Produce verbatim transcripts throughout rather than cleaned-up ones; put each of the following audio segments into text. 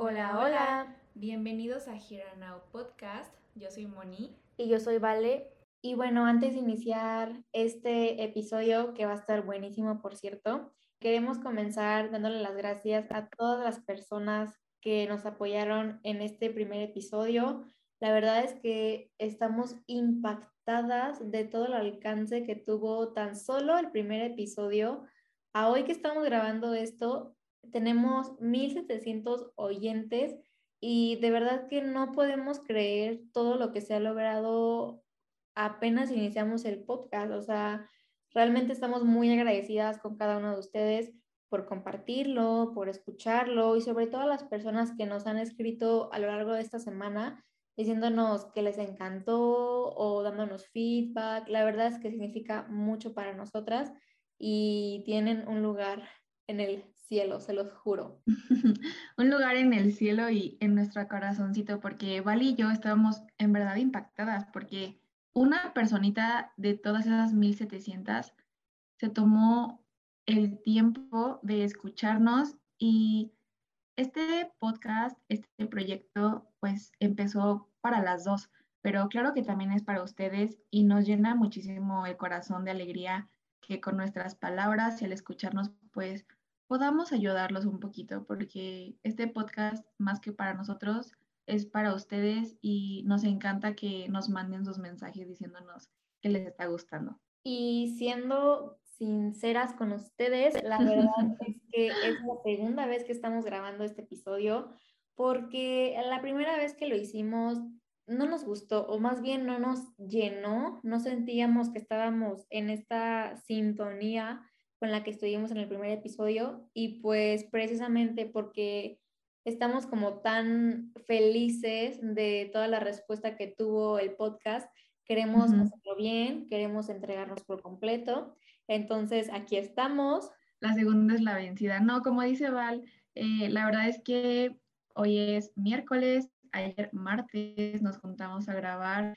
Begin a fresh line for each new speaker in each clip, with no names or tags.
Hola, hola, bienvenidos a Here and Now Podcast. Yo soy Moni.
Y yo soy Vale. Y bueno, antes de iniciar este episodio, que va a estar buenísimo, por cierto, queremos comenzar dándole las gracias a todas las personas que nos apoyaron en este primer episodio. La verdad es que estamos impactadas de todo el alcance que tuvo tan solo el primer episodio. A hoy que estamos grabando esto, tenemos mil setecientos oyentes y de verdad que no podemos creer todo lo que se ha logrado apenas iniciamos el podcast. O sea, realmente estamos muy agradecidas con cada uno de ustedes por compartirlo, por escucharlo y sobre todo a las personas que nos han escrito a lo largo de esta semana diciéndonos que les encantó o dándonos feedback. La verdad es que significa mucho para nosotras y tienen un lugar en el cielo, se los juro.
Un lugar en el cielo y en nuestro corazoncito, porque Val y yo estábamos en verdad impactadas, porque una personita de todas esas mil setecientas se tomó el tiempo de escucharnos y este podcast, este proyecto, pues empezó para las dos, pero claro que también es para ustedes y nos llena muchísimo el corazón de alegría que con nuestras palabras y al escucharnos, pues podamos ayudarlos un poquito, porque este podcast, más que para nosotros, es para ustedes y nos encanta que nos manden sus mensajes diciéndonos que les está gustando.
Y siendo sinceras con ustedes, la verdad es que es la segunda vez que estamos grabando este episodio, porque la primera vez que lo hicimos no nos gustó, o más bien no nos llenó, no sentíamos que estábamos en esta sintonía con la que estuvimos en el primer episodio, y pues precisamente porque estamos como tan felices de toda la respuesta que tuvo el podcast. Queremos
Ujú.
hacerlo bien, queremos entregarnos por completo. Entonces, aquí estamos.
La segunda es la vencida. No, como dice Val, eh, la verdad es que hoy es miércoles, ayer martes nos juntamos a grabar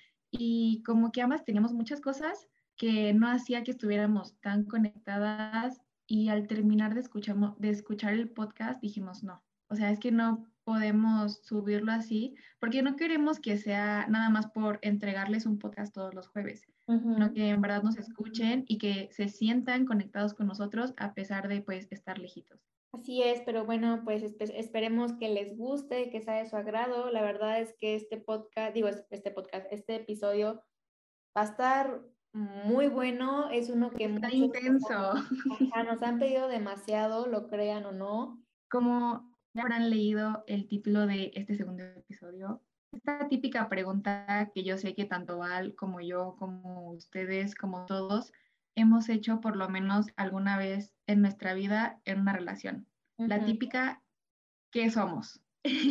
y como que ambas teníamos muchas cosas que no hacía que estuviéramos tan conectadas y al terminar de escuchar, de escuchar el podcast dijimos no, o sea, es que no podemos subirlo así porque no queremos que sea nada más por entregarles un podcast todos los jueves, sino
Ujú.
que en verdad nos escuchen y que se sientan conectados con nosotros a pesar de pues estar lejitos.
Así es, pero bueno, pues espe- esperemos que les guste, que sea de su agrado. La verdad es que este podcast, digo, es- este podcast, este episodio va a estar muy bueno. Es uno que
Está
muchos
intenso.
ajá, nos han pedido demasiado, lo crean o no.
Como ya habrán leído el título de este segundo episodio, esta típica pregunta que yo sé que tanto Val como yo, como ustedes, como todos, hemos hecho por lo menos alguna vez en nuestra vida en una relación. La
Ujú.
típica, ¿qué somos?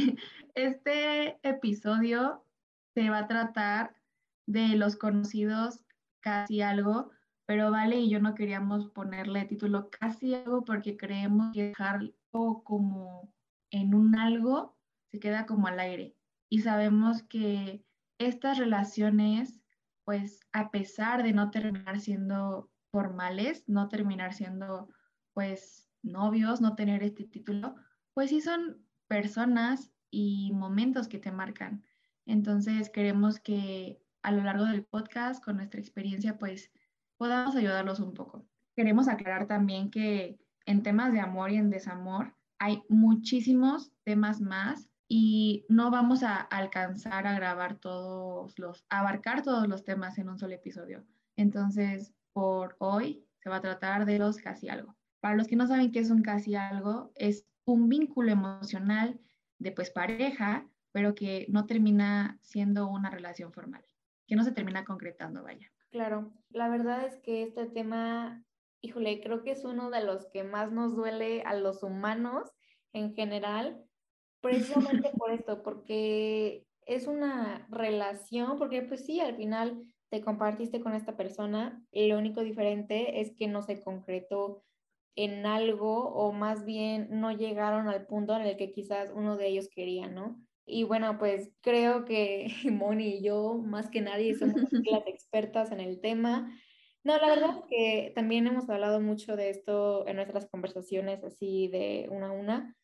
Este episodio se va a tratar de los conocidos casi algo, pero Vale y yo no queríamos ponerle título casi algo porque creemos que dejarlo como en un algo se queda como al aire. Y sabemos que estas relaciones, pues a pesar de no terminar siendo formales, no terminar siendo pues novios, no tener este título, pues sí son personas y momentos que te marcan. Entonces queremos que a lo largo del podcast, con nuestra experiencia, pues podamos ayudarlos un poco. Queremos aclarar también que en temas de amor y en desamor hay muchísimos temas más y no vamos a alcanzar a grabar todos los, a abarcar todos los temas en un solo episodio. Entonces, por hoy se va a tratar de los casi algo. Para los que no saben qué es un casi algo, es un vínculo emocional de pues pareja, pero que no termina siendo una relación formal, que no se termina concretando, vaya.
Claro, la verdad es que este tema, híjole, creo que es uno de los que más nos duele a los humanos en general, precisamente por esto, porque es una relación, porque pues sí, al final te compartiste con esta persona, y lo único diferente es que no se concretó en algo, o más bien no llegaron al punto en el que quizás uno de ellos quería, ¿no? Y bueno, pues creo que Moni y yo, más que nadie, somos las expertas en el tema. No, la verdad es que también hemos hablado mucho de esto en nuestras conversaciones así de una a una.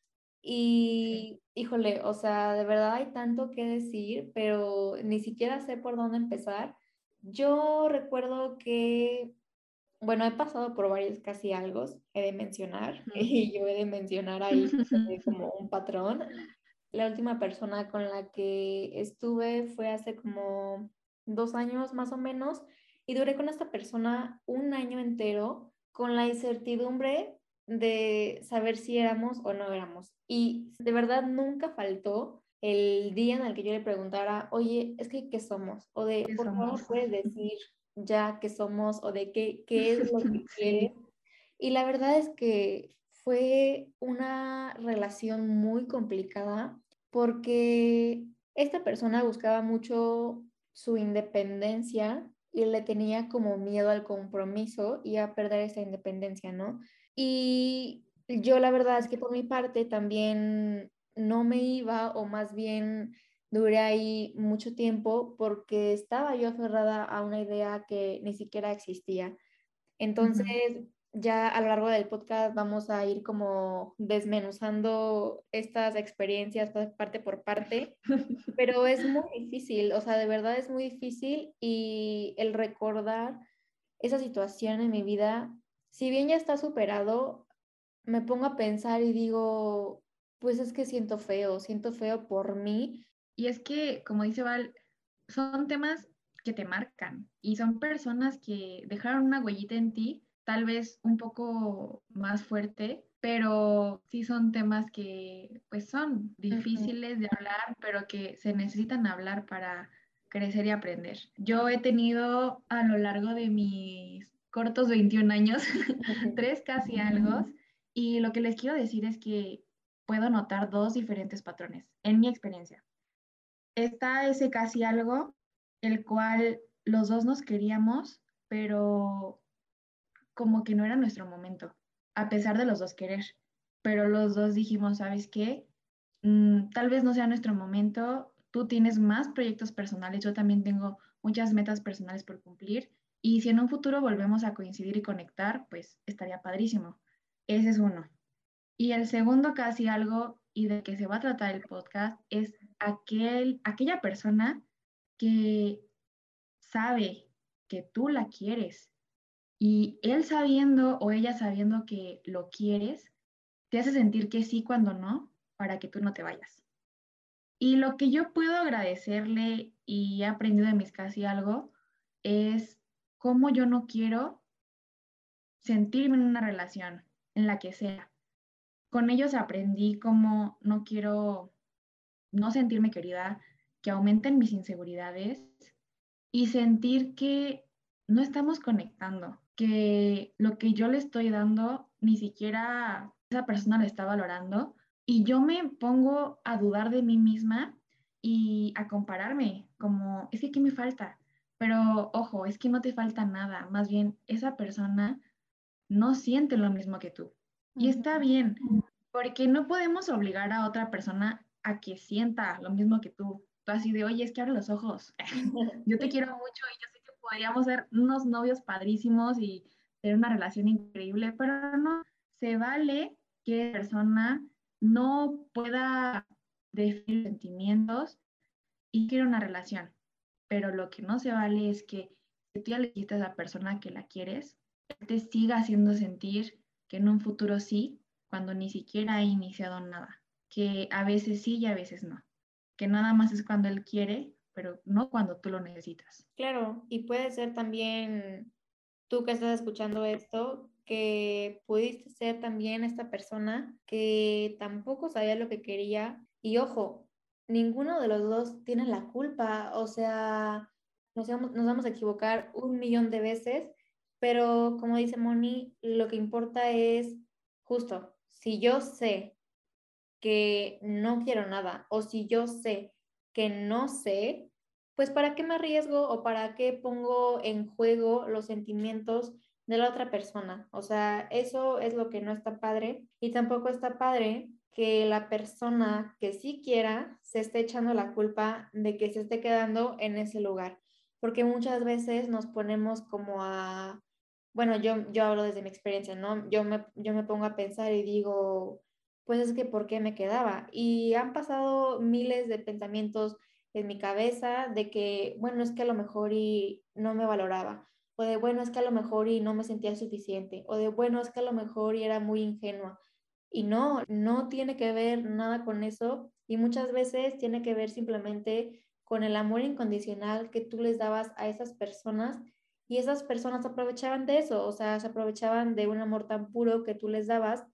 Y híjole, o sea, de verdad hay tanto que decir, pero ni siquiera sé por dónde empezar. Yo recuerdo que, bueno, he pasado por varios casi algo, he de mencionar, y yo he de mencionar ahí eh, como un patrón. La última persona con la que estuve fue hace como dos años más o menos, y duré con esta persona un año entero con la incertidumbre de saber si éramos o no éramos. Y de verdad nunca faltó el día en el que yo le preguntara, oye, es que ¿qué somos? O de,
¿Qué
por favor,
somos?
puedes decir ya qué somos o de qué, qué es lo que quieres.
Sí,
Y la verdad es que fue una relación muy complicada porque esta persona buscaba mucho su independencia y le tenía como miedo al compromiso y a perder esa independencia, ¿no? Y yo la verdad es que por mi parte también no me iba, o más bien duré ahí mucho tiempo porque estaba yo aferrada a una idea que ni siquiera existía. Entonces,
ujú.
ya a lo largo del podcast vamos a ir como desmenuzando estas experiencias pa- parte por parte, pero es muy difícil, o sea, de verdad es muy difícil, y el recordar esa situación en mi vida, si bien ya está superado, me pongo a pensar y digo, pues es que siento feo, siento feo por mí.
Y es que, como dice Val, son temas que te marcan y son personas que dejaron una huellita en ti, tal vez un poco más fuerte, pero sí son temas que pues son
Ujú.
difíciles de hablar, pero que se necesitan hablar para crecer y aprender. Yo he tenido a lo largo de mis cortos veintiún años, tres casi algo, y lo que les quiero decir es que puedo notar dos diferentes patrones en mi experiencia. Está ese casi algo, el cual los dos nos queríamos, pero como que no era nuestro momento, a pesar de los dos querer. Pero los dos dijimos, ¿sabes qué? Mm, tal vez no sea nuestro momento, tú tienes más proyectos personales, yo también tengo muchas metas personales por cumplir, y si en un futuro volvemos a coincidir y conectar, pues estaría padrísimo. Ese es uno. Y el segundo casi algo, y de que se va a tratar el podcast, es aquel, aquella persona que sabe que tú la quieres y él sabiendo o ella sabiendo que lo quieres, te hace sentir que sí cuando no, para que tú no te vayas. Y lo que yo puedo agradecerle y he aprendido de mis casi algo es cómo yo no quiero sentirme en una relación, en la que sea. Con ellos aprendí cómo no quiero no sentirme querida, que aumenten mis inseguridades y sentir que no estamos conectando, que lo que yo le estoy dando ni siquiera esa persona lo está valorando, y yo me pongo a dudar de mí misma y a compararme, como, es que ¿qué me falta? Pero ojo, es que no te falta nada, más bien esa persona no siente lo mismo que tú. Y
Ujú.
está bien, porque no podemos obligar a otra persona a que sienta lo mismo que tú. Tú así de, oye, es que abre los ojos. Yo te quiero mucho y yo sé que podríamos ser unos novios padrísimos y tener una relación increíble, pero no, se vale que la persona no pueda definir sentimientos y quiere una relación. Pero lo que no se vale es que si tú ya le dijiste a esa persona que la quieres, él te siga haciendo sentir que en un futuro sí, cuando ni siquiera ha iniciado nada, que a veces sí y a veces no, que nada más es cuando él quiere, pero no cuando tú lo necesitas.
Claro, y puede ser también tú que estás escuchando esto, que pudiste ser también esta persona que tampoco sabía lo que quería. Y ojo, ninguno de los dos tiene la culpa, o sea, nos vamos, nos vamos a equivocar un millón de veces, pero como dice Moni, lo que importa es justo, si yo sé que no quiero nada, o si yo sé que no sé, pues ¿para qué me arriesgo o para qué pongo en juego los sentimientos de la otra persona? O sea, eso es lo que no está padre, y tampoco está padre que la persona que sí quiera se esté echando la culpa de que se esté quedando en ese lugar, porque muchas veces nos ponemos como a, bueno, yo, yo hablo desde mi experiencia, ¿no? Yo me, yo me pongo a pensar y digo, pues es que ¿por qué me quedaba? Y han pasado miles de pensamientos en mi cabeza de que, bueno, es que a lo mejor y no me valoraba, o de, bueno, es que a lo mejor y no me sentía suficiente, o de, bueno, es que a lo mejor y era muy ingenua. Y no, no tiene que ver nada con eso y muchas veces tiene que ver simplemente con el amor incondicional que tú les dabas a esas personas y esas personas aprovechaban de eso, o sea, se aprovechaban de un amor tan puro que tú les dabas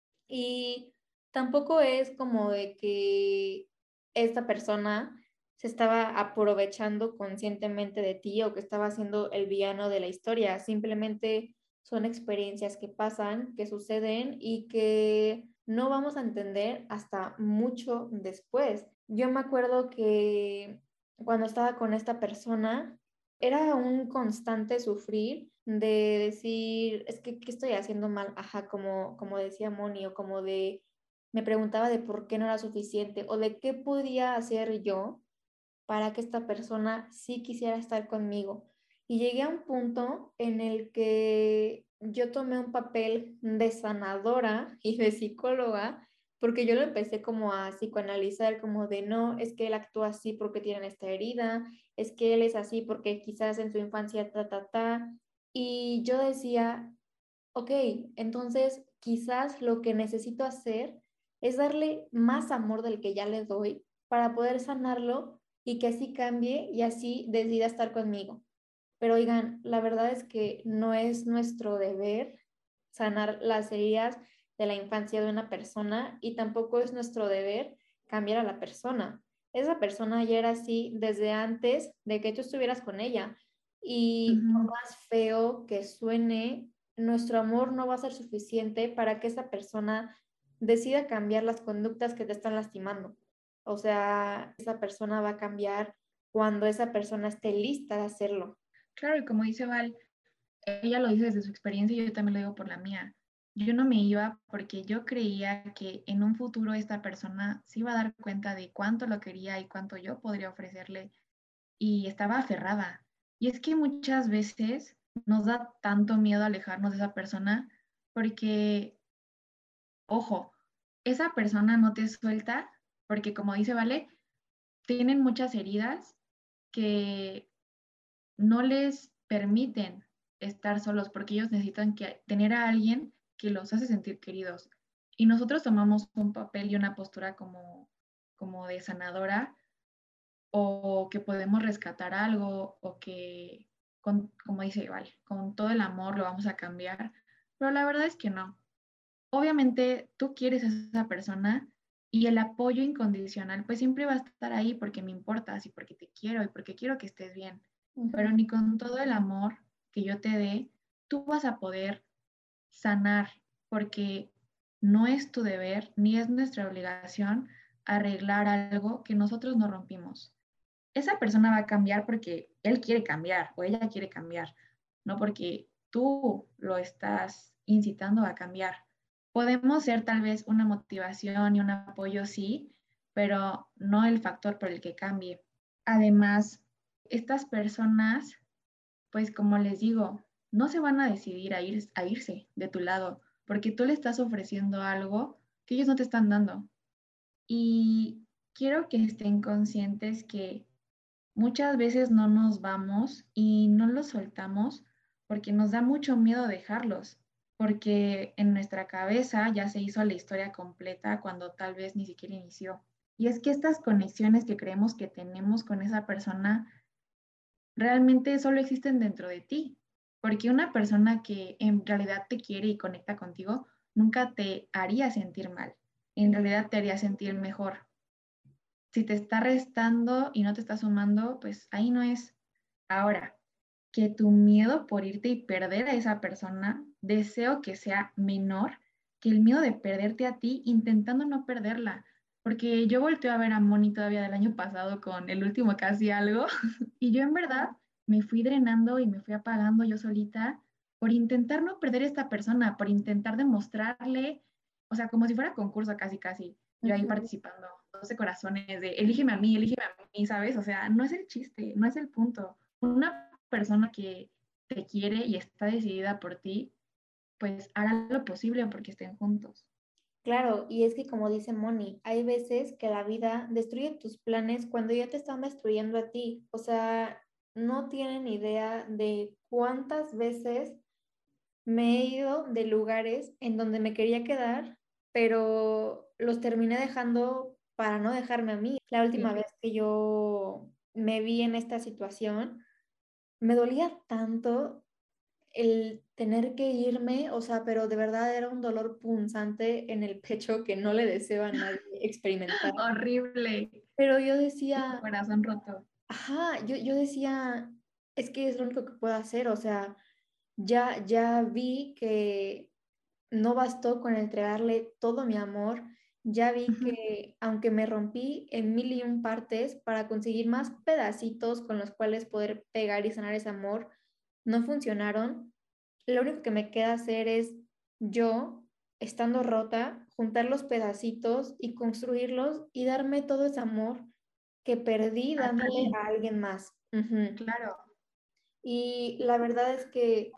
y tampoco es como de que esta persona se estaba aprovechando conscientemente de ti o que estaba siendo el villano de la historia. Simplemente son experiencias que pasan, que suceden y que no vamos a entender hasta mucho después. Yo me acuerdo que cuando estaba con esta persona, era un constante sufrir de decir, es que, ¿qué estoy haciendo mal? Ajá, como, como decía Moni, o como de, me preguntaba de por qué no era suficiente, o de qué podía hacer yo para que esta persona sí quisiera estar conmigo. Y llegué a un punto en el que yo tomé un papel de sanadora y de psicóloga, porque yo lo empecé como a psicoanalizar, como de no, es que él actúa así porque tiene esta herida, es que él es así porque quizás en su infancia ta, ta, ta. Y yo decía, ok, entonces quizás lo que necesito hacer es darle más amor del que ya le doy para poder sanarlo y que así cambie y así decida estar conmigo. Pero oigan, la verdad es que no es nuestro deber sanar las heridas de la infancia de una persona y tampoco es nuestro deber cambiar a la persona. Esa persona ya era así desde antes de que tú estuvieras con ella. Y por
Ujú.
más feo que suene, nuestro amor no va a ser suficiente para que esa persona decida cambiar las conductas que te están lastimando. O sea, esa persona va a cambiar cuando esa persona esté lista de hacerlo.
Claro, y como dice Val, ella lo dice desde su experiencia y yo también lo digo por la mía. Yo no me iba porque yo creía que en un futuro esta persona se iba a dar cuenta de cuánto lo quería y cuánto yo podría ofrecerle y estaba aferrada. Y es que muchas veces nos da tanto miedo alejarnos de esa persona porque, ojo, esa persona no te suelta porque como dice Vale, tienen muchas heridas que no les permiten estar solos porque ellos necesitan que, tener a alguien que los hace sentir queridos. Y nosotros tomamos un papel y una postura como, como de sanadora o que podemos rescatar algo o que, con, como dice Val, con todo el amor lo vamos a cambiar. Pero la verdad es que no. Obviamente tú quieres a esa persona y el apoyo incondicional pues siempre va a estar ahí porque me importas y porque te quiero y porque quiero que estés bien. Pero
Ujú.
ni con todo el amor que yo te dé, tú vas a poder sanar porque no es tu deber ni es nuestra obligación arreglar algo que nosotros no rompimos. Esa persona va a cambiar porque él quiere cambiar o ella quiere cambiar, no porque tú lo estás incitando a cambiar. Podemos ser tal vez una motivación y un apoyo, sí, pero no el factor por el que cambie. Además, estas personas, pues como les digo, no se van a decidir a, ir, a irse de tu lado porque tú le estás ofreciendo algo que ellos no te están dando. Y quiero que estén conscientes que muchas veces no nos vamos y no los soltamos porque nos da mucho miedo dejarlos, porque en nuestra cabeza ya se hizo la historia completa cuando tal vez ni siquiera inició. Y es que estas conexiones que creemos que tenemos con esa persona realmente solo existen dentro de ti, porque una persona que en realidad te quiere y conecta contigo nunca te haría sentir mal, en realidad te haría sentir mejor. Si te está restando y no te está sumando, pues ahí no es. Ahora, que tu miedo por irte y perder a esa persona, deseo que sea menor que el miedo de perderte a ti intentando no perderla. Porque yo volteo a ver a Moni todavía del año pasado con el último casi algo y yo en verdad me fui drenando y me fui apagando yo solita por intentar no perder a esta persona, por intentar demostrarle, o sea, como si fuera concurso casi casi, yo ahí
Ujú.
participando, doce corazones de elígeme a mí, elígeme a mí, ¿sabes? O sea, no es el chiste, no es el punto. Una persona que te quiere y está decidida por ti, pues hará lo posible porque estén juntos.
Claro, y es que como dice Moni, hay veces que la vida destruye tus planes cuando ya te están destruyendo a ti. O sea, no tienen idea de cuántas veces me he ido de lugares en donde me quería quedar, pero los terminé dejando para no dejarme a mí. La última
Sí.
vez que yo me vi en esta situación, me dolía tanto el tener que irme, o sea, pero de verdad era un dolor punzante en el pecho que no le deseo a nadie experimentar.
Horrible.
Pero yo
Tu
decía,
corazón roto.
ajá, yo, yo decía, es que es lo único que puedo hacer, o sea, ya, ya vi que no bastó con entregarle todo mi amor, ya vi
Ujú.
que aunque me rompí en mil y un partes para conseguir más pedacitos con los cuales poder pegar y sanar ese amor, no funcionaron. Lo único que me queda hacer es yo, estando rota, juntar los pedacitos y construirlos y darme todo ese amor que perdí
A
dándole
ti,
a alguien más. Ujú.
claro.
Y la verdad es que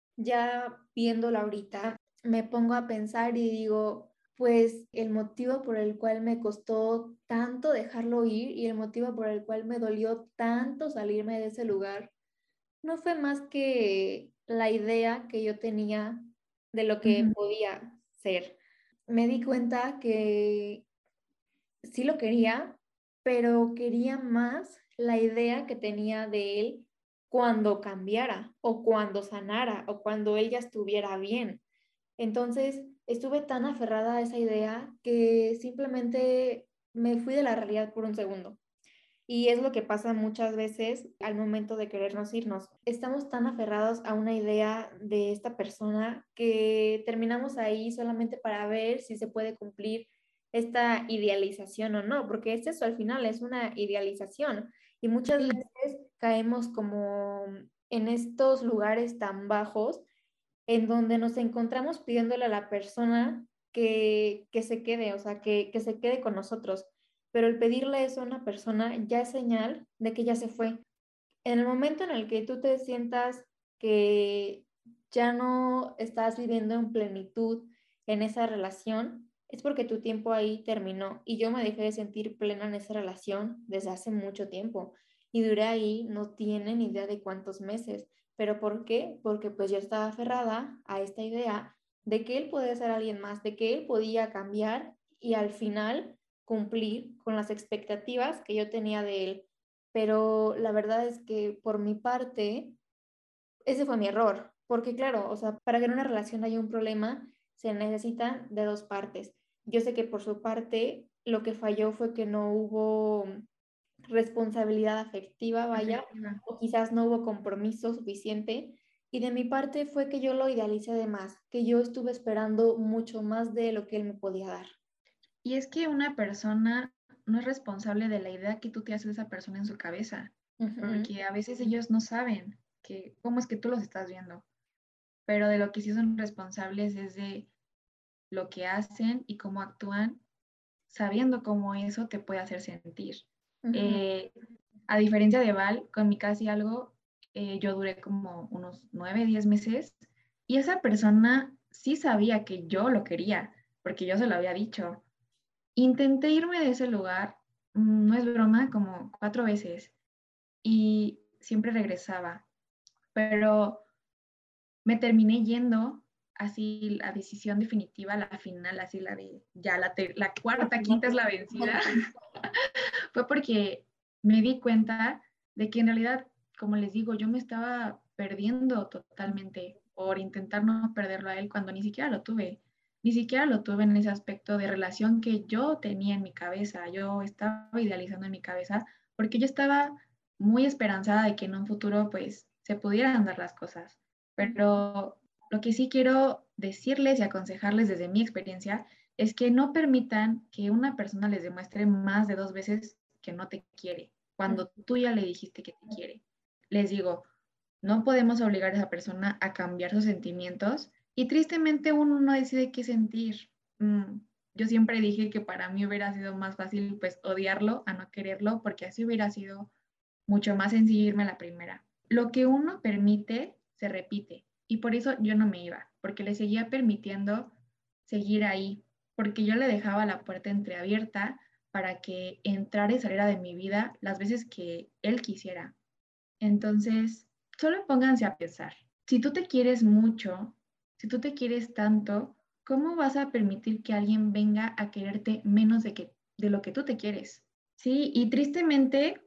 ya viéndola ahorita, me pongo a pensar y digo, pues el motivo por el cual me costó tanto dejarlo ir y el motivo por el cual me dolió tanto salirme de ese lugar, no fue más que la idea que yo tenía de lo que
Ujú.
podía ser. Me di cuenta que sí lo quería, pero quería más la idea que tenía de él cuando cambiara o cuando sanara o cuando ella estuviera bien. Entonces, estuve tan aferrada a esa idea que simplemente me fui de la realidad por un segundo. Y es lo que pasa muchas veces al momento de querernos irnos. Estamos tan aferrados a una idea de esta persona que terminamos ahí solamente para ver si se puede cumplir esta idealización o no, porque es eso al final, es una idealización. Y muchas
Sí,
veces caemos como en estos lugares tan bajos en donde nos encontramos pidiéndole a la persona que, que se quede, o sea, que, que se quede con nosotros. Pero el pedirle eso a una persona ya es señal de que ya se fue. En el momento en el que tú te sientas que ya no estás viviendo en plenitud en esa relación, es porque tu tiempo ahí terminó. Y yo me dejé de sentir plena en esa relación desde hace mucho tiempo. Y duré ahí, no tienen idea de cuántos meses. ¿Pero por qué? Porque pues yo estaba aferrada a esta idea de que él podía ser alguien más, de que él podía cambiar y al final cumplir con las expectativas que yo tenía de él. Pero la verdad es que por mi parte, ese fue mi error, porque claro, o sea, para que en una relación haya un problema, se necesitan de dos partes. Yo sé que por su parte, lo que falló fue que no hubo responsabilidad afectiva, vaya,
efectiva.
o quizás no hubo compromiso suficiente. Y de mi parte fue que yo lo idealicé de más, que yo estuve esperando mucho más de lo que él me podía dar.
Y es que una persona no es responsable de la idea que tú te haces de esa persona en su cabeza,
Ujú.
porque a veces ellos no saben que, cómo es que tú los estás viendo, pero de lo que sí son responsables es de lo que hacen y cómo actúan, sabiendo cómo eso te puede hacer sentir.
Ujú.
Eh, a diferencia de Val, con mi casi algo, eh, yo duré como unos nueve, diez meses y esa persona sí sabía que yo lo quería, porque yo se lo había dicho. Intenté irme de ese lugar, mm, no es broma, como cuatro veces y siempre regresaba, pero me terminé yendo así la decisión definitiva, la final, así la de ya la, ter- la cuarta, quinta es la vencida, fue porque me di cuenta de que en realidad, como les digo, yo me estaba perdiendo totalmente por intentar no perderlo a él cuando ni siquiera lo tuve. Ni siquiera lo tuve en ese aspecto de relación que yo tenía en mi cabeza. Yo estaba idealizando en mi cabeza porque yo estaba muy esperanzada de que en un futuro pues se pudieran dar las cosas. Pero lo que sí quiero decirles y aconsejarles desde mi experiencia es que no permitan que una persona les demuestre más de dos veces que no te quiere, cuando tú ya le dijiste que te quiere. Les digo, no podemos obligar a esa persona a cambiar sus sentimientos y tristemente uno no decide qué sentir. Mm, yo siempre dije que para mí hubiera sido más fácil pues odiarlo a no quererlo porque así hubiera sido mucho más sencillo irme a la primera. Lo que uno permite se repite y por eso yo no me iba, porque le seguía permitiendo seguir ahí, porque yo le dejaba la puerta entreabierta para que entrara y saliera de mi vida las veces que él quisiera. Entonces, solo pónganse a pensar, si tú te quieres mucho, si tú te quieres tanto, ¿cómo vas a permitir que alguien venga a quererte menos de, que, de lo que tú te quieres? Sí, y tristemente,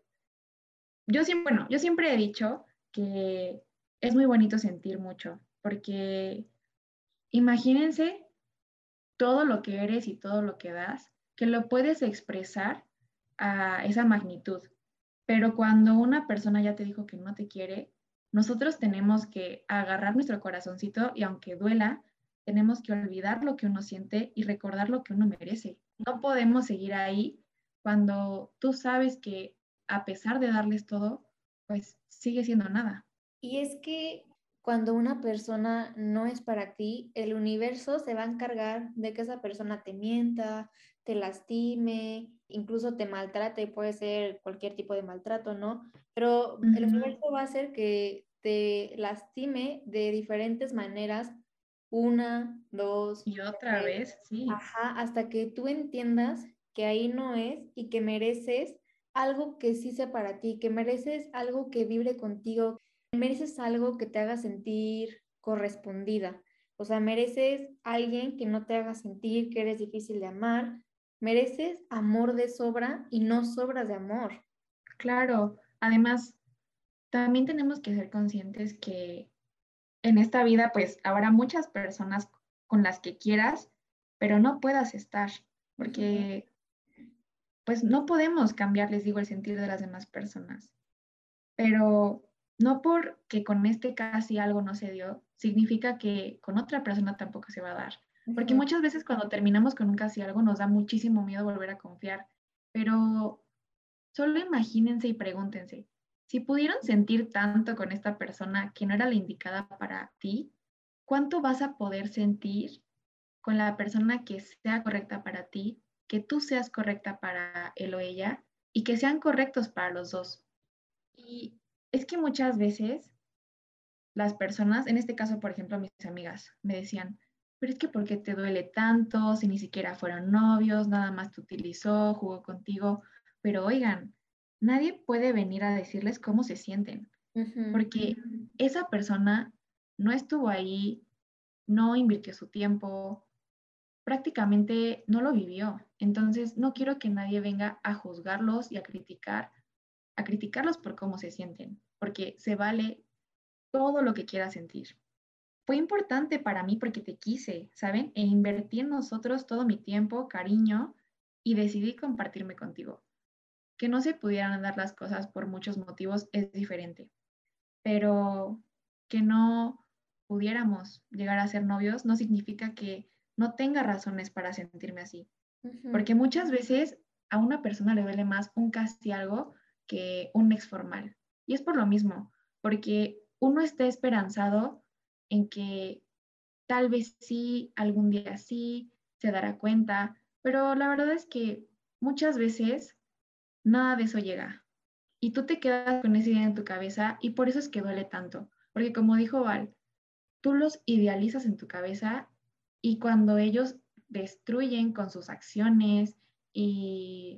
yo siempre, bueno, yo siempre he dicho que es muy bonito sentir mucho, porque imagínense todo lo que eres y todo lo que das, que lo puedes expresar a esa magnitud. Pero cuando una persona ya te dijo que no te quiere, nosotros tenemos que agarrar nuestro corazoncito y aunque duela, tenemos que olvidar lo que uno siente y recordar lo que uno merece. No podemos seguir ahí cuando tú sabes que a pesar de darles todo, pues sigue siendo nada.
Y es que cuando una persona no es para ti, el universo se va a encargar de que esa persona te mienta, te lastime, incluso te maltrate, puede ser cualquier tipo de maltrato, ¿no? Pero el
Ujú.
universo va a hacer que te lastime de diferentes maneras, una, dos,
Y otra
tres,
vez, sí,
ajá, hasta que tú entiendas que ahí no es y que mereces algo que sí sea para ti, que mereces algo que vibre contigo, mereces algo que te haga sentir correspondida. O sea, mereces alguien que no te haga sentir que eres difícil de amar. Mereces amor de sobra y no sobras de amor.
claro. Además, también tenemos que ser conscientes que en esta vida pues habrá muchas personas con las que quieras, pero no puedas estar,
Ujú.
porque pues no podemos cambiar, les digo, el sentir de las demás personas. Pero no porque con este casi algo no se dio, significa que con otra persona tampoco se va a dar. Porque
Ujú.
muchas veces cuando terminamos con un casi algo nos da muchísimo miedo volver a confiar, pero solo imagínense y pregúntense, si pudieron sentir tanto con esta persona que no era la indicada para ti, ¿cuánto vas a poder sentir con la persona que sea correcta para ti, que tú seas correcta para él o ella y que sean correctos para los dos? Y es que muchas veces las personas, en este caso, por ejemplo, mis amigas, me decían, pero es que ¿por qué te duele tanto si ni siquiera fueron novios, nada más te utilizó, jugó contigo? Pero oigan, nadie puede venir a decirles cómo se sienten,
Ujú.
porque esa persona no estuvo ahí, no invirtió su tiempo, prácticamente no lo vivió. Entonces, no quiero que nadie venga a juzgarlos y a criticar, a criticarlos por cómo se sienten, porque se vale todo lo que quieras sentir. Fue importante para mí porque te quise, ¿saben? E invertí en nosotros todo mi tiempo, cariño, y decidí compartirme contigo. Que no se pudieran dar las cosas por muchos motivos es diferente, pero que no pudiéramos llegar a ser novios no significa que no tenga razones para sentirme así,
Ujú.
porque muchas veces a una persona le duele más un casi algo que un ex formal. Y es por lo mismo, porque uno está esperanzado en que tal vez sí, algún día sí, se dará cuenta, pero la verdad es que muchas veces nada de eso llega. Y tú te quedas con esa idea en tu cabeza y por eso es que duele tanto, porque como dijo Val, tú los idealizas en tu cabeza y cuando ellos destruyen con sus acciones y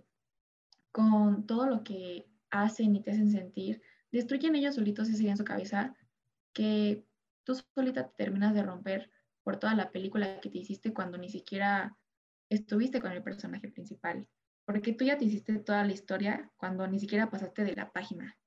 con todo lo que hacen y te hacen sentir, destruyen ellos solitos esa idea en su cabeza que tú solita te terminas de romper por toda la película que te hiciste cuando ni siquiera estuviste con el personaje principal. Porque tú ya te hiciste toda la historia cuando ni siquiera pasaste de la página.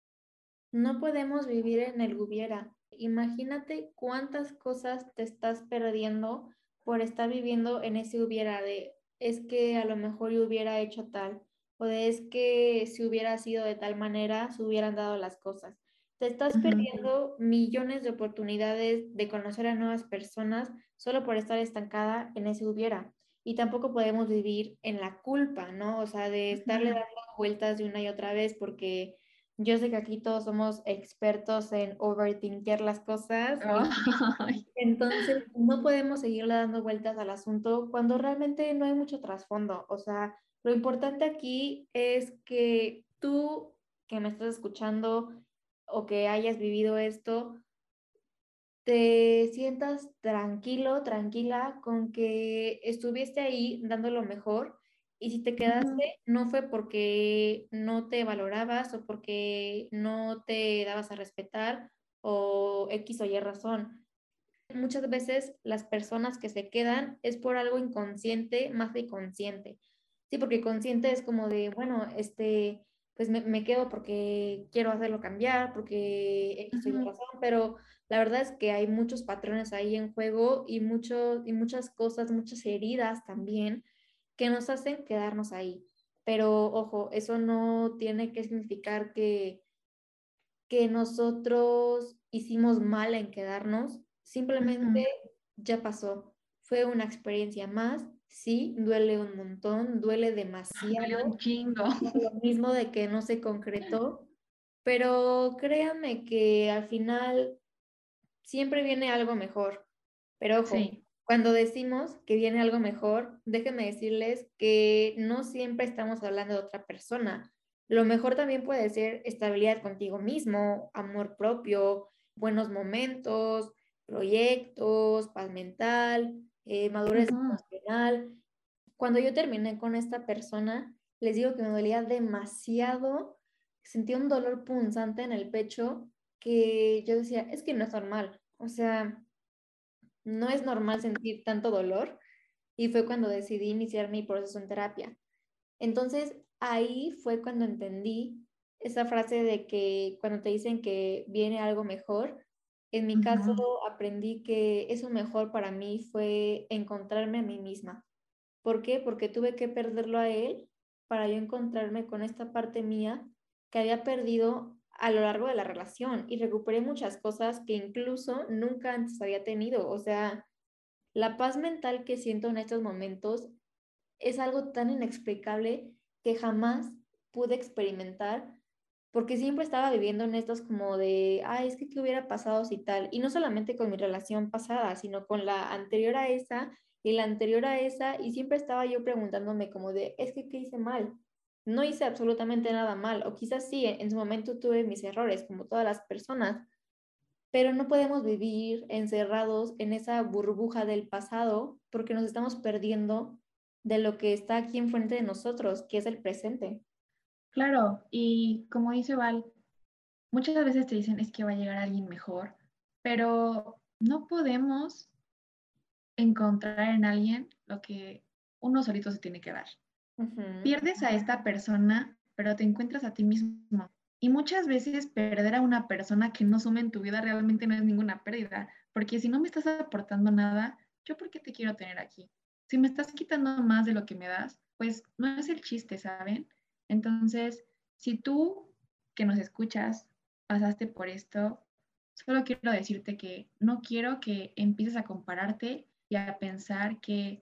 No podemos vivir en el hubiera. Imagínate cuántas cosas te estás perdiendo por estar viviendo en ese hubiera de es que a lo mejor yo hubiera hecho tal o de es que si hubiera sido de tal manera se hubieran dado las cosas. Te estás
Ujú.
perdiendo millones de oportunidades de conocer a nuevas personas solo por estar estancada en ese hubiera. Y tampoco podemos vivir en la culpa, ¿no? O sea, de estarle
Ujú.
dando vueltas de una y otra vez porque yo sé que aquí todos somos expertos en overthinker las cosas y
Ay,
entonces no podemos seguirle dando vueltas al asunto cuando realmente no hay mucho trasfondo. O sea, lo importante aquí es que tú que me estás escuchando o que hayas vivido esto, te sientas tranquilo, tranquila con que estuviste ahí dando lo mejor y si te quedaste
Ujú.
no fue porque no te valorabas o porque no te dabas a respetar o X o Y razón. Muchas veces las personas que se quedan es por algo inconsciente más que consciente. Sí, porque consciente es como de, bueno, este, pues me, me quedo porque quiero hacerlo cambiar, porque X o Y
Ujú.
razón, pero la verdad es que hay muchos patrones ahí en juego y, mucho, y muchas cosas, muchas heridas también que nos hacen quedarnos ahí. Pero ojo, eso no tiene que significar que que nosotros hicimos mal en quedarnos, simplemente
Ujú.
ya pasó. Fue una experiencia más, sí, duele un montón, duele
Duele un
demasiado,
chingo.
por lo mismo de que no se concretó, pero créanme que al final siempre viene algo mejor. Pero ojo,
Sí,
cuando decimos que viene algo mejor, déjenme decirles que no siempre estamos hablando de otra persona. Lo mejor también puede ser estabilidad contigo mismo, amor propio, buenos momentos, proyectos, paz mental, eh, madurez
ujú.
emocional. Cuando yo terminé con esta persona, les digo que me dolía demasiado, sentí un dolor punzante en el pecho que yo decía, es que no es normal, o sea, no es normal sentir tanto dolor y fue cuando decidí iniciar mi proceso en terapia. Entonces, ahí fue cuando entendí esa frase de que cuando te dicen que viene algo mejor, en mi caso
Ujú.
aprendí que eso mejor para mí fue encontrarme a mí misma. ¿Por qué? Porque tuve que perderlo a él para yo encontrarme con esta parte mía que había perdido a lo largo de la relación y recuperé muchas cosas que incluso nunca antes había tenido. O sea, la paz mental que siento en estos momentos es algo tan inexplicable que jamás pude experimentar porque siempre estaba viviendo en estos como de, ay, es que qué hubiera pasado si tal, y no solamente con mi relación pasada, sino con la anterior a esa y la anterior a esa, y siempre estaba yo preguntándome como de, es que qué hice mal, no hice absolutamente nada mal, o quizás sí, en su momento tuve mis errores, como todas las personas, pero no podemos vivir encerrados en esa burbuja del pasado porque nos estamos perdiendo de lo que está aquí enfrente de nosotros, que es el presente.
Claro, y como dice Val, muchas veces te dicen es que va a llegar alguien mejor, pero no podemos encontrar en alguien lo que uno solito se tiene que dar.
Ujú.
Pierdes a esta persona, pero te encuentras a ti mismo. Y muchas veces perder a una persona que no suma en tu vida realmente no es ninguna pérdida, porque si no me estás aportando nada, ¿yo por qué te quiero tener aquí? Si me estás quitando más de lo que me das, pues no es el chiste, ¿saben? Entonces, si tú que nos escuchas pasaste por esto, solo quiero decirte que no quiero que empieces a compararte y a pensar que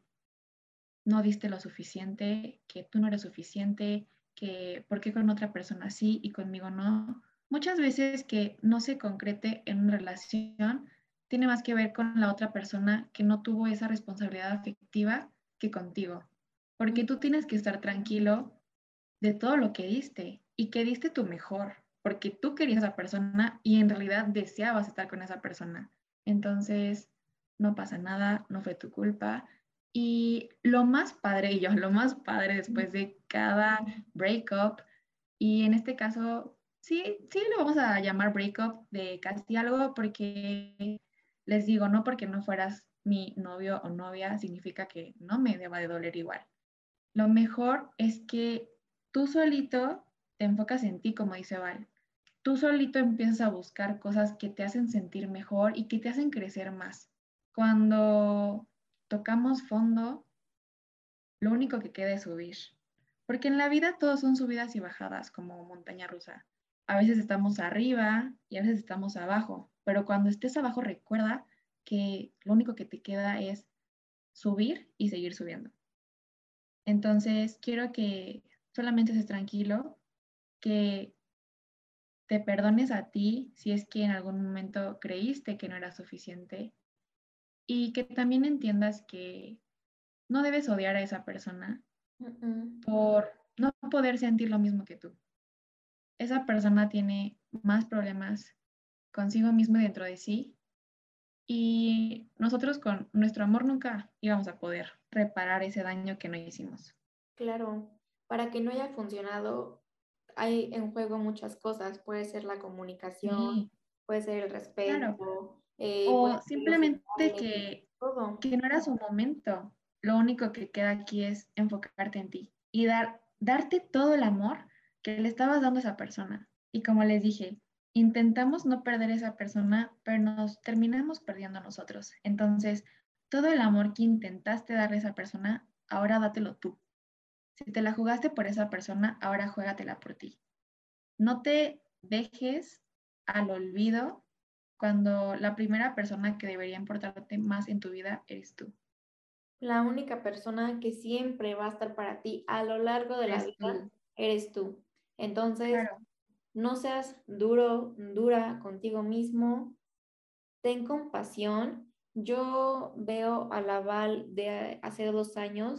no diste lo suficiente, que tú no eres suficiente, que por qué con otra persona sí y conmigo no. Muchas veces que no se concrete en una relación tiene más que ver con la otra persona que no tuvo esa responsabilidad afectiva que contigo. Porque tú tienes que estar tranquilo de todo lo que diste y que diste tu mejor, porque tú querías a esa persona y en realidad deseabas estar con esa persona. Entonces, no pasa nada, no fue tu culpa. Y lo más padre, y yo, lo más padre después de cada breakup, y en este caso, sí, sí lo vamos a llamar breakup de casi algo, porque les digo, no porque no fueras mi novio o novia, significa que no me deba de doler igual. Lo mejor es que tú solito te enfocas en ti, como dice Val. Tú solito empiezas a buscar cosas que te hacen sentir mejor y que te hacen crecer más. Cuando tocamos fondo, lo único que queda es subir. Porque en la vida todos son subidas y bajadas, como montaña rusa. A veces estamos arriba y a veces estamos abajo, pero cuando estés abajo recuerda que lo único que te queda es subir y seguir subiendo. Entonces, quiero que solamente estés tranquilo, que te perdones a ti si es que en algún momento creíste que no era suficiente y que también entiendas que no debes odiar a esa persona
Mm-mm.
por no poder sentir lo mismo que tú. Esa persona tiene más problemas consigo mismo dentro de sí Y nosotros con nuestro amor nunca íbamos a poder reparar ese daño que no hicimos.
Claro, para que no haya funcionado, hay en juego muchas cosas. Puede ser la comunicación,
Sí,
puede ser el
claro.
respeto, eh, puede
O
ser los
simplemente
detalles,
que,
todo.
que no era su momento. Lo único que queda aquí es enfocarte en ti y dar, darte todo el amor que le estabas dando a esa persona. Y como les dije, intentamos no perder a esa persona, pero nos terminamos perdiendo nosotros. Entonces, todo el amor que intentaste darle a esa persona, ahora dátelo tú. Si te la jugaste por esa persona, ahora juégatela por ti. No te dejes al olvido cuando la primera persona que debería importarte más en tu vida eres tú.
La única persona que siempre va a estar para ti a lo largo de la
Eres
vida
tú,
eres tú. Entonces,
claro.
no seas duro, dura contigo mismo, ten compasión. Yo veo a la Val de hace dos años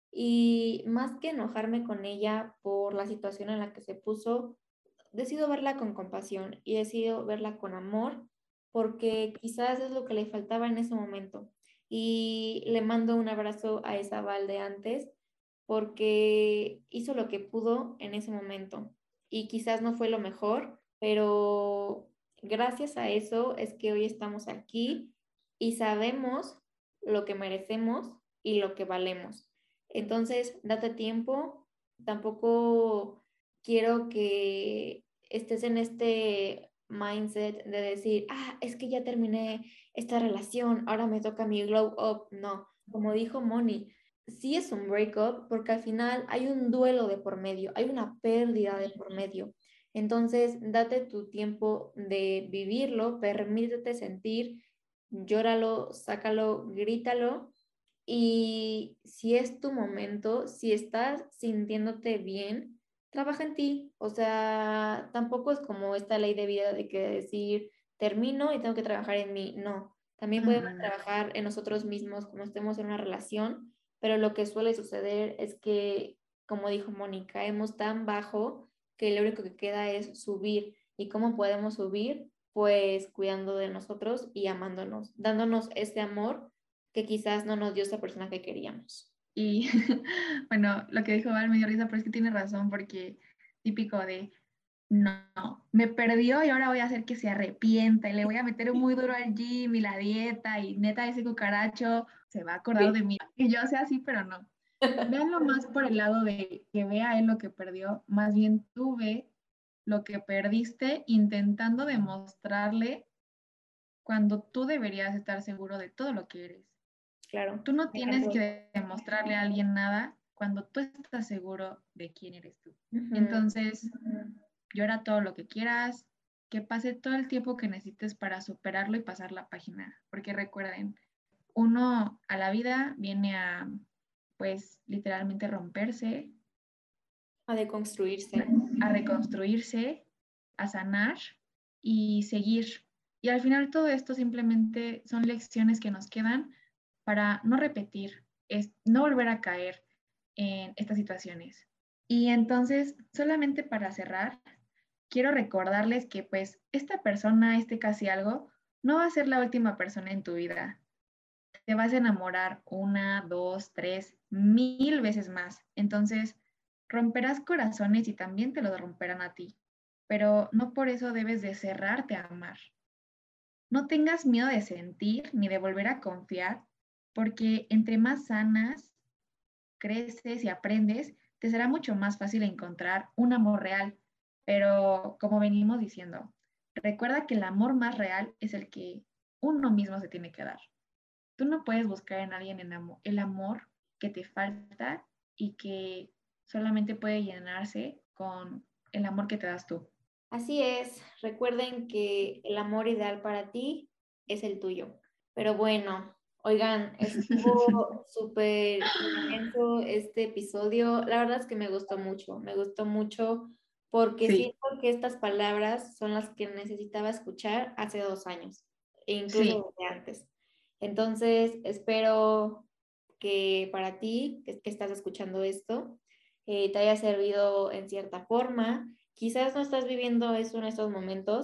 y más que enojarme con ella por la situación en la que se puso, decido verla con compasión y decido verla con amor porque quizás es lo que le faltaba en ese momento. Y le mando un abrazo a esa Val de antes porque hizo lo que pudo en ese momento y quizás no fue lo mejor, pero gracias a eso es que hoy estamos aquí y sabemos lo que merecemos y lo que valemos. Entonces, date tiempo, tampoco quiero que estés en este mindset de decir, ah, es que ya terminé esta relación, ahora me toca mi glow up. No, como dijo Moni, sí es un breakup porque al final hay un duelo de por medio, hay una pérdida de por medio. Entonces, date tu tiempo de vivirlo, permítete sentir, llóralo, sácalo, grítalo. Y si es tu momento, si estás sintiéndote bien, trabaja en ti. O sea, tampoco es como esta ley de vida de que decir, termino y tengo que trabajar en mí. No, también podemos
Mm-mm.
trabajar en nosotros mismos cuando estemos en una relación, pero lo que suele suceder es que, como dijo Mónica, caemos tan bajo que lo único que queda es subir. ¿Y cómo podemos subir? Pues cuidando de nosotros y amándonos, dándonos ese amor que quizás no nos dio esa persona que queríamos.
Y bueno, lo que dijo Val me dio risa, pero es que tiene razón, porque típico de, no, me perdió y ahora voy a hacer que se arrepienta y le voy a meter muy duro al gym y la dieta y neta ese cucaracho se va a acordar
Sí.
de mí. Y yo sea así, pero no. Véanlo más por el lado de que vea él lo que perdió, más bien tú ve lo que perdiste intentando demostrarle cuando tú deberías estar seguro de todo lo que eres.
Claro,
Tú no
de
tienes
acuerdo.
que demostrarle a alguien nada cuando tú estás seguro de quién eres tú.
Ujú.
Entonces, llora todo lo que quieras, que pase todo el tiempo que necesites para superarlo y pasar la página. Porque recuerden, uno a la vida viene a, pues, literalmente romperse,
A deconstruirse.
a reconstruirse, a sanar y seguir. Y al final todo esto simplemente son lecciones que nos quedan para no repetir, es, no volver a caer en estas situaciones. Y entonces, solamente para cerrar, quiero recordarles que pues esta persona, este casi algo, no va a ser la última persona en tu vida. Te vas a enamorar una, dos, tres, mil veces más. Entonces, romperás corazones y también te los romperán a ti. Pero no por eso debes de cerrarte a amar. No tengas miedo de sentir ni de volver a confiar, porque entre más sanas, creces y aprendes, te será mucho más fácil encontrar un amor real. Pero como venimos diciendo, recuerda que el amor más real es el que uno mismo se tiene que dar. Tú no puedes buscar en alguien el amor, el amor que te falta y que solamente puede llenarse con el amor que te das tú.
Así es, recuerden que el amor ideal para ti es el tuyo. Pero bueno, oigan, estuvo súper intenso este episodio. La verdad es que me gustó mucho, me gustó mucho porque
Sí,
siento que estas palabras son las que necesitaba escuchar hace dos años, e
sí,
incluso desde antes. Entonces, espero que para ti, que, que estás escuchando esto, eh, te haya servido en cierta forma. Quizás no estás viviendo eso en estos momentos,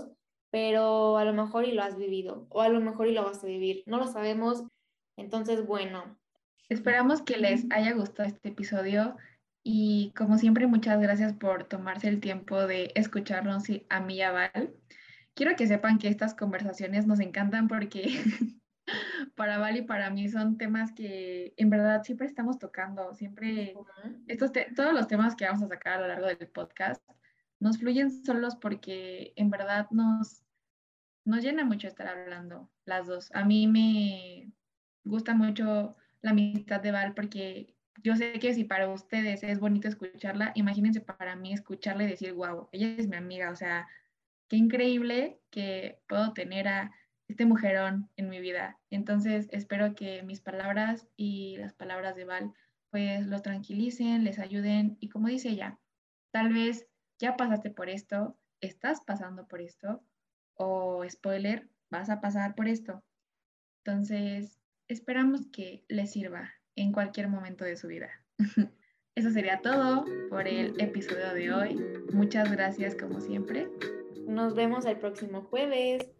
pero a lo mejor y lo has vivido, o a lo mejor y lo vas a vivir, no lo sabemos. Entonces, bueno.
Esperamos que les haya gustado este episodio y como siempre muchas gracias por tomarse el tiempo de escucharnos a mí y a Val. Quiero que sepan que estas conversaciones nos encantan porque para Val y para mí son temas que en verdad siempre estamos tocando, siempre estos te- todos los temas que vamos a sacar a lo largo del podcast nos fluyen solos porque en verdad nos, nos llena mucho estar hablando las dos. A mí me gusta mucho la amistad de Val porque yo sé que si para ustedes es bonito escucharla, imagínense para mí escucharla y decir, wow, ella es mi amiga, o sea, qué increíble que puedo tener a este mujerón en mi vida. Entonces, espero que mis palabras y las palabras de Val, pues los tranquilicen, les ayuden. Y como dice ella, tal vez ya pasaste por esto, estás pasando por esto, o spoiler, vas a pasar por esto. Entonces, esperamos que les sirva en cualquier momento de su vida. Eso sería todo por el episodio de hoy. Muchas gracias como siempre.
Nos vemos el próximo jueves.